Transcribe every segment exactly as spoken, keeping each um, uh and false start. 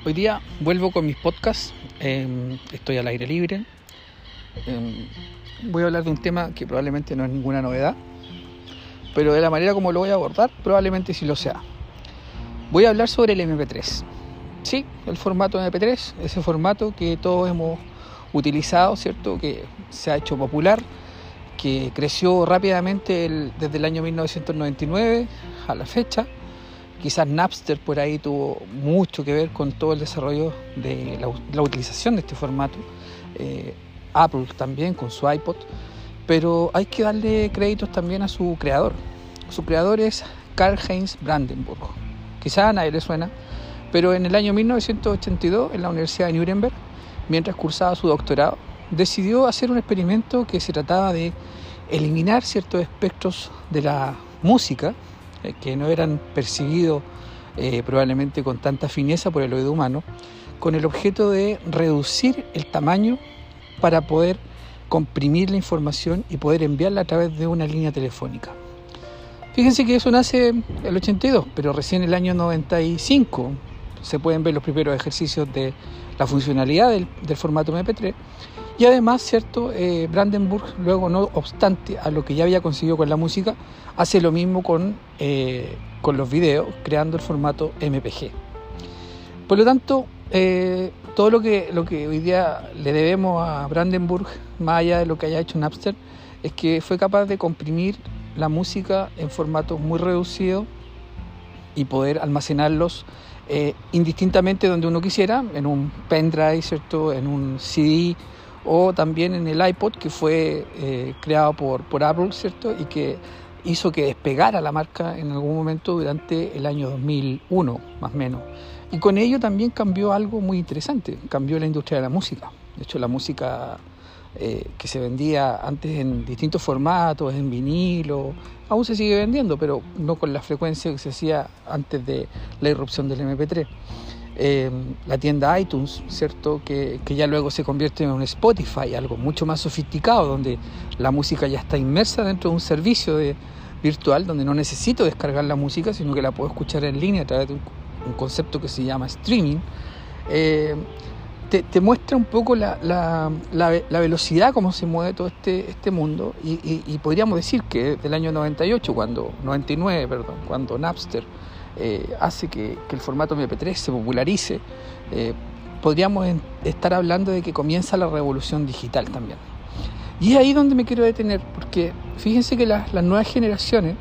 Hoy día vuelvo con mis podcasts, eh, estoy al aire libre, eh, voy a hablar de un tema que probablemente no es ninguna novedad, pero de la manera como lo voy a abordar probablemente sí lo sea. Voy a hablar sobre el eme pe tres, sí, el formato eme pe tres, ese formato que todos hemos utilizado, ¿cierto? Que se ha hecho popular, que creció rápidamente el, desde el año mil novecientos noventa y nueve a la fecha. Quizás Napster por ahí tuvo mucho que ver con todo el desarrollo de la, la utilización de este formato. Eh, Apple también con su iPod. Pero hay que darle créditos también a su creador. Su creador es Karl-Heinz Brandenburg. Quizás a nadie le suena, pero en el año mil novecientos ochenta y dos, en la Universidad de Nuremberg, mientras cursaba su doctorado, decidió hacer un experimento que se trataba de eliminar ciertos espectros de la música que no eran percibidos eh, probablemente con tanta fineza por el oído humano, con el objeto de reducir el tamaño para poder comprimir la información y poder enviarla a través de una línea telefónica. Fíjense que eso nace en el ochenta y dos, pero recién en el año noventa y cinco se pueden ver los primeros ejercicios de la funcionalidad del, del formato eme pe tres. Y además, cierto, eh, Brandenburg, luego, no obstante a lo que ya había conseguido con la música, hace lo mismo con, eh, con los videos, creando el formato eme pe ge. Por lo tanto, eh, todo lo que, lo que hoy día le debemos a Brandenburg, más allá de lo que haya hecho Napster, es que fue capaz de comprimir la música en formatos muy reducidos y poder almacenarlos eh, indistintamente donde uno quisiera, en un pendrive, ¿cierto?, en un ce de, o también en el iPod, que fue eh, creado por, por Apple, ¿cierto?, y que hizo que despegara la marca en algún momento durante el año dos mil uno, más o menos. Y con ello también cambió algo muy interesante, cambió la industria de la música. De hecho, la música eh, que se vendía antes en distintos formatos, en vinilo, aún se sigue vendiendo, pero no con la frecuencia que se hacía antes de la irrupción del eme pe tres. Eh, la tienda iTunes, ¿cierto?, que, que ya luego se convierte en un Spotify, algo mucho más sofisticado, donde la música ya está inmersa dentro de un servicio de, virtual, donde no necesito descargar la música, sino que la puedo escuchar en línea a través de un, un concepto que se llama streaming. Eh, te, te muestra un poco la, la, la, la velocidad, cómo se mueve todo este, este mundo, y, y, y podríamos decir que desde el año noventa y ocho, cuando, noventa y nueve, perdón, cuando Napster Eh, hace que, que el formato eme pe tres se popularice, eh, podríamos en, estar hablando de que comienza la revolución digital también. Y es ahí donde me quiero detener, porque fíjense que las, las nuevas generaciones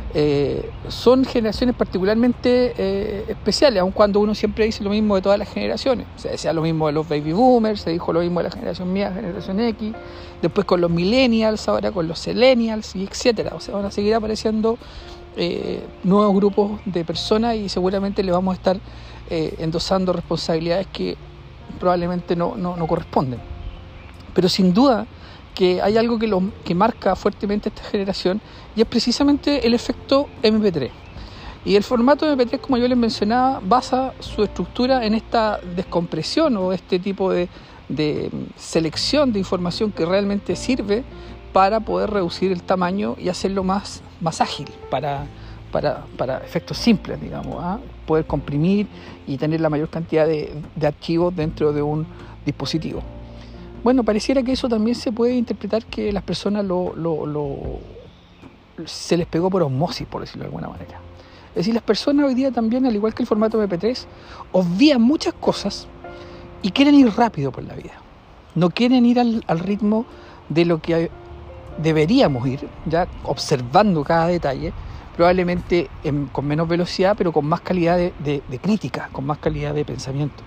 eh, son generaciones particularmente eh, especiales, aun cuando uno siempre dice lo mismo de todas las generaciones. Se decía lo mismo de los baby boomers, se dijo lo mismo de la generación mía, generación X, después con los millennials, ahora con los zillennials, y etcétera. O sea, van a seguir apareciendo Eh, nuevos grupos de personas y seguramente le vamos a estar eh, endosando responsabilidades que probablemente no, no, no corresponden. Pero sin duda que hay algo que, lo, que marca fuertemente esta generación, y es precisamente el efecto eme pe tres. Y el formato eme pe tres, como yo les mencionaba, basa su estructura en esta descompresión o este tipo de, de selección de información que realmente sirve para poder reducir el tamaño y hacerlo más, más ágil para, para, para efectos simples, digamos, ¿eh? Poder comprimir y tener la mayor cantidad de, de archivos dentro de un dispositivo. Bueno, pareciera que eso también se puede interpretar que las personas lo, lo, lo, se les pegó por osmosis, por decirlo de alguna manera. Es decir, las personas hoy día también, al igual que el formato eme pe tres, obvían muchas cosas y quieren ir rápido por la vida. No quieren ir al, al ritmo de lo que hay, deberíamos ir, ya observando cada detalle, probablemente en, con menos velocidad, pero con más calidad de, de, de crítica, con más calidad de pensamiento.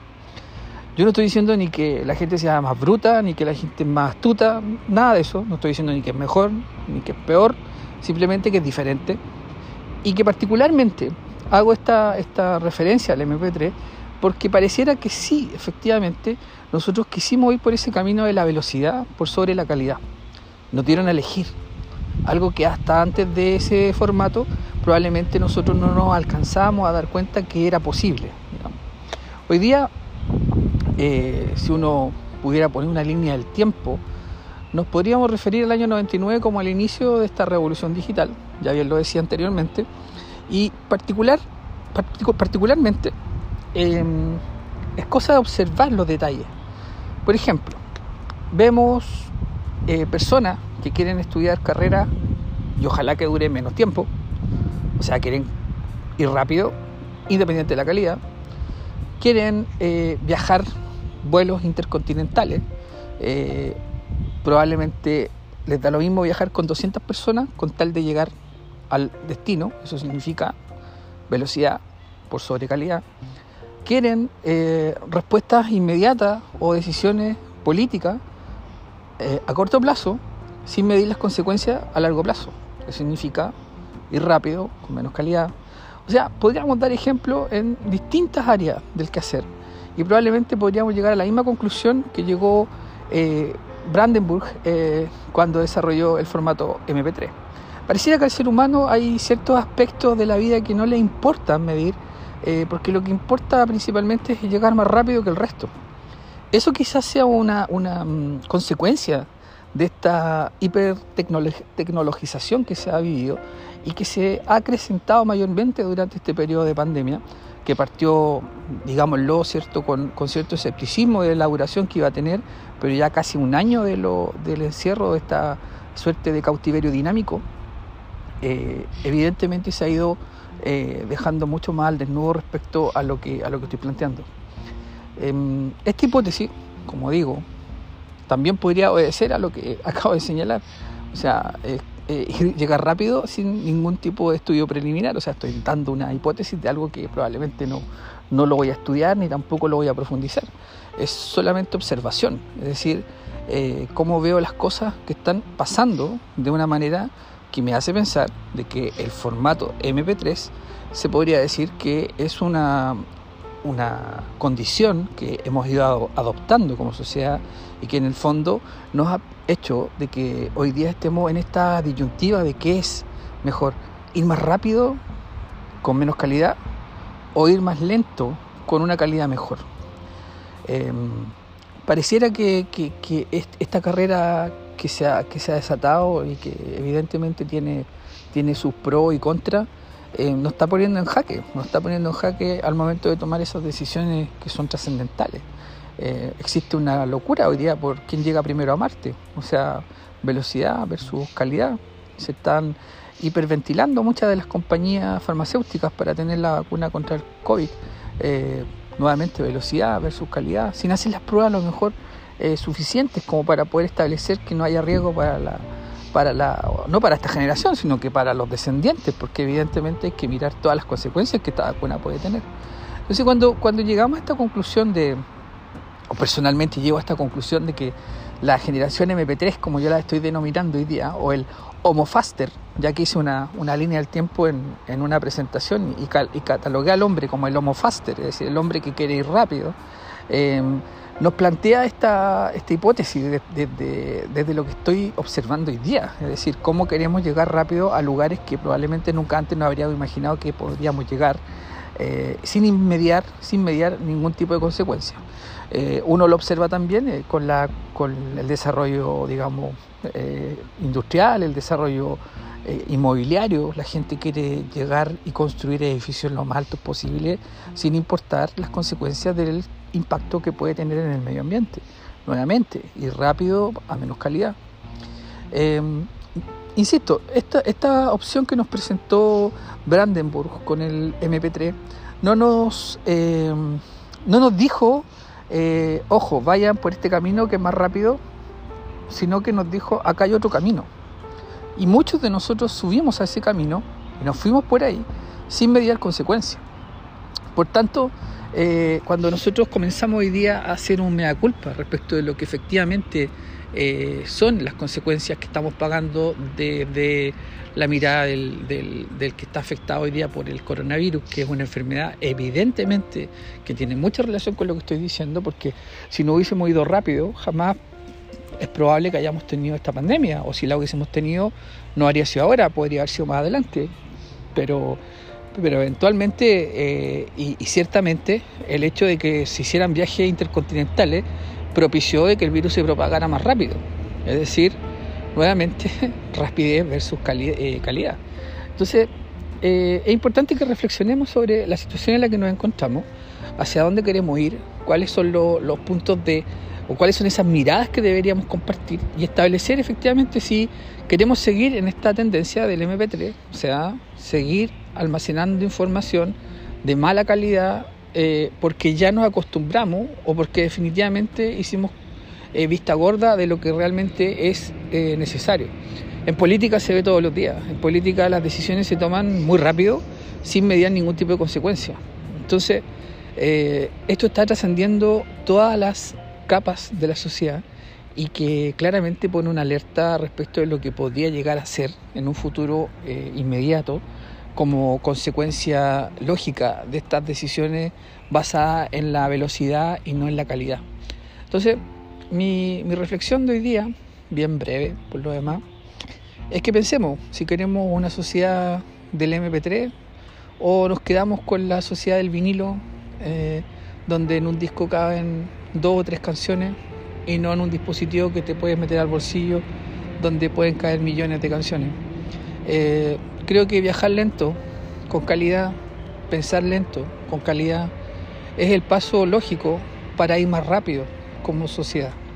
Yo no estoy diciendo ni que la gente sea más bruta, ni que la gente es más astuta, nada de eso. No estoy diciendo ni que es mejor, ni que es peor, simplemente que es diferente. Y que particularmente hago esta, esta referencia al eme pe tres porque pareciera que sí, efectivamente, nosotros quisimos ir por ese camino de la velocidad por sobre la calidad. Nos dieron a elegir, algo que hasta antes de ese formato probablemente nosotros no nos alcanzábamos a dar cuenta que era posible, digamos. Hoy día, eh, si uno pudiera poner una línea del tiempo, nos podríamos referir al año noventa y nueve como al inicio de esta revolución digital, ya bien lo decía anteriormente, y particular, particularmente eh, es cosa de observar los detalles. Por ejemplo, vemos eh, personas que quieren estudiar carreras y ojalá que dure menos tiempo, o sea, quieren ir rápido, independiente de la calidad, quieren eh, viajar vuelos intercontinentales, eh, probablemente les da lo mismo viajar con doscientas personas con tal de llegar al destino, eso significa velocidad por sobre calidad. Quieren eh, respuestas inmediatas o decisiones políticas eh, a corto plazo sin medir las consecuencias a largo plazo, que significa ir rápido, con menos calidad. O sea, podríamos dar ejemplos en distintas áreas del quehacer y probablemente podríamos llegar a la misma conclusión que llegó eh, Brandenburg eh, cuando desarrolló el formato eme pe tres. Pareciera que al ser humano hay ciertos aspectos de la vida que no le importa medir, eh, porque lo que importa principalmente es llegar más rápido que el resto. Eso quizás sea una, una um, consecuencia de esta hipertecnologización que se ha vivido y que se ha acrecentado mayormente durante este periodo de pandemia, que partió, digámoslo, cierto, con, con cierto escepticismo de la duración que iba a tener, pero ya casi un año de lo, del encierro, de esta suerte de cautiverio dinámico, eh, evidentemente se ha ido eh, dejando mucho más al desnudo respecto a lo que, a lo que estoy planteando. Eh, esta hipótesis, como digo, también podría obedecer a lo que acabo de señalar, o sea, eh, eh, llegar rápido sin ningún tipo de estudio preliminar. O sea, estoy dando una hipótesis de algo que probablemente no, no lo voy a estudiar ni tampoco lo voy a profundizar. Es solamente observación, es decir, eh, cómo veo las cosas que están pasando de una manera que me hace pensar de que el formato eme pe tres se podría decir que es una, una condición que hemos ido adoptando como sociedad y que en el fondo nos ha hecho de que hoy día estemos en esta disyuntiva de qué es mejor, ir más rápido con menos calidad o ir más lento con una calidad mejor. Eh, pareciera que, que, que esta carrera que se ha, que se ha desatado y que evidentemente tiene, tiene sus pros y contras, eh, nos está poniendo en jaque, nos está poniendo en jaque al momento de tomar esas decisiones que son trascendentales. Eh, existe una locura hoy día por quién llega primero a Marte, o sea, velocidad versus calidad. Se están hiperventilando muchas de las compañías farmacéuticas para tener la vacuna contra el COVID. Eh, nuevamente, velocidad versus calidad, sin hacer las pruebas a lo mejor eh, suficientes como para poder establecer que no haya riesgo para la, para la, no para esta generación, sino que para los descendientes, porque evidentemente hay que mirar todas las consecuencias que esta vacuna puede tener. Entonces, cuando, cuando llegamos a esta conclusión de, o personalmente llego a esta conclusión de que la generación eme pe tres, como yo la estoy denominando hoy día, o el Homo Faster, ya que hice una, una línea del tiempo en, en una presentación y, cal, y catalogué al hombre como el Homo Faster, es decir, el hombre que quiere ir rápido, eh, nos plantea esta, esta hipótesis desde de, de, de, de lo que estoy observando hoy día, es decir, cómo queremos llegar rápido a lugares que probablemente nunca antes nos habríamos imaginado que podríamos llegar, eh, sin mediar, sin mediar ningún tipo de consecuencia. Eh, uno lo observa también eh, con, la, con el desarrollo, digamos, eh, industrial, el desarrollo eh, inmobiliario. La gente quiere llegar y construir edificios lo más altos posible sin importar las consecuencias del impacto que puede tener en el medio ambiente. Nuevamente, ir rápido a menos calidad. Eh, insisto, esta, esta opción que nos presentó Brandenburg con el eme pe tres no nos, eh, no nos dijo Eh, ojo, vayan por este camino que es más rápido, sino que nos dijo, acá hay otro camino. Y muchos de nosotros subimos a ese camino y nos fuimos por ahí sin mediar consecuencias. Por tanto, eh, cuando nosotros comenzamos hoy día a hacer un mea culpa respecto de lo que efectivamente eh, son las consecuencias que estamos pagando de, de la mirada del, del, del que está afectado hoy día por el coronavirus, que es una enfermedad evidentemente que tiene mucha relación con lo que estoy diciendo, porque si no hubiésemos ido rápido, jamás es probable que hayamos tenido esta pandemia, o si la hubiésemos tenido, no habría sido ahora, podría haber sido más adelante, pero, pero eventualmente eh, y, y ciertamente el hecho de que se hicieran viajes intercontinentales propició de que el virus se propagara más rápido, es decir, nuevamente rapidez versus cali- eh, calidad. Entonces eh, es importante que reflexionemos sobre la situación en la que nos encontramos, hacia dónde queremos ir, cuáles son lo, los puntos de, o cuáles son esas miradas que deberíamos compartir y establecer efectivamente si queremos seguir en esta tendencia del eme pe tres, o sea, seguir almacenando información de mala calidad eh, porque ya nos acostumbramos o porque definitivamente hicimos eh, vista gorda de lo que realmente es eh, necesario. En política se ve todos los días, en política las decisiones se toman muy rápido sin mediar ningún tipo de consecuencia. Entonces, eh, esto está trascendiendo todas las capas de la sociedad y que claramente pone una alerta respecto de lo que podría llegar a ser en un futuro eh, inmediato como consecuencia lógica de estas decisiones basadas en la velocidad y no en la calidad. Entonces, mi, mi reflexión de hoy día, bien breve por lo demás, es que pensemos si queremos una sociedad del eme pe tres o nos quedamos con la sociedad del vinilo, eh, donde en un disco caben dos o tres canciones y no en un dispositivo que te puedes meter al bolsillo donde pueden caer millones de canciones. Eh, creo que viajar lento, con calidad, pensar lento, con calidad, es el paso lógico para ir más rápido como sociedad.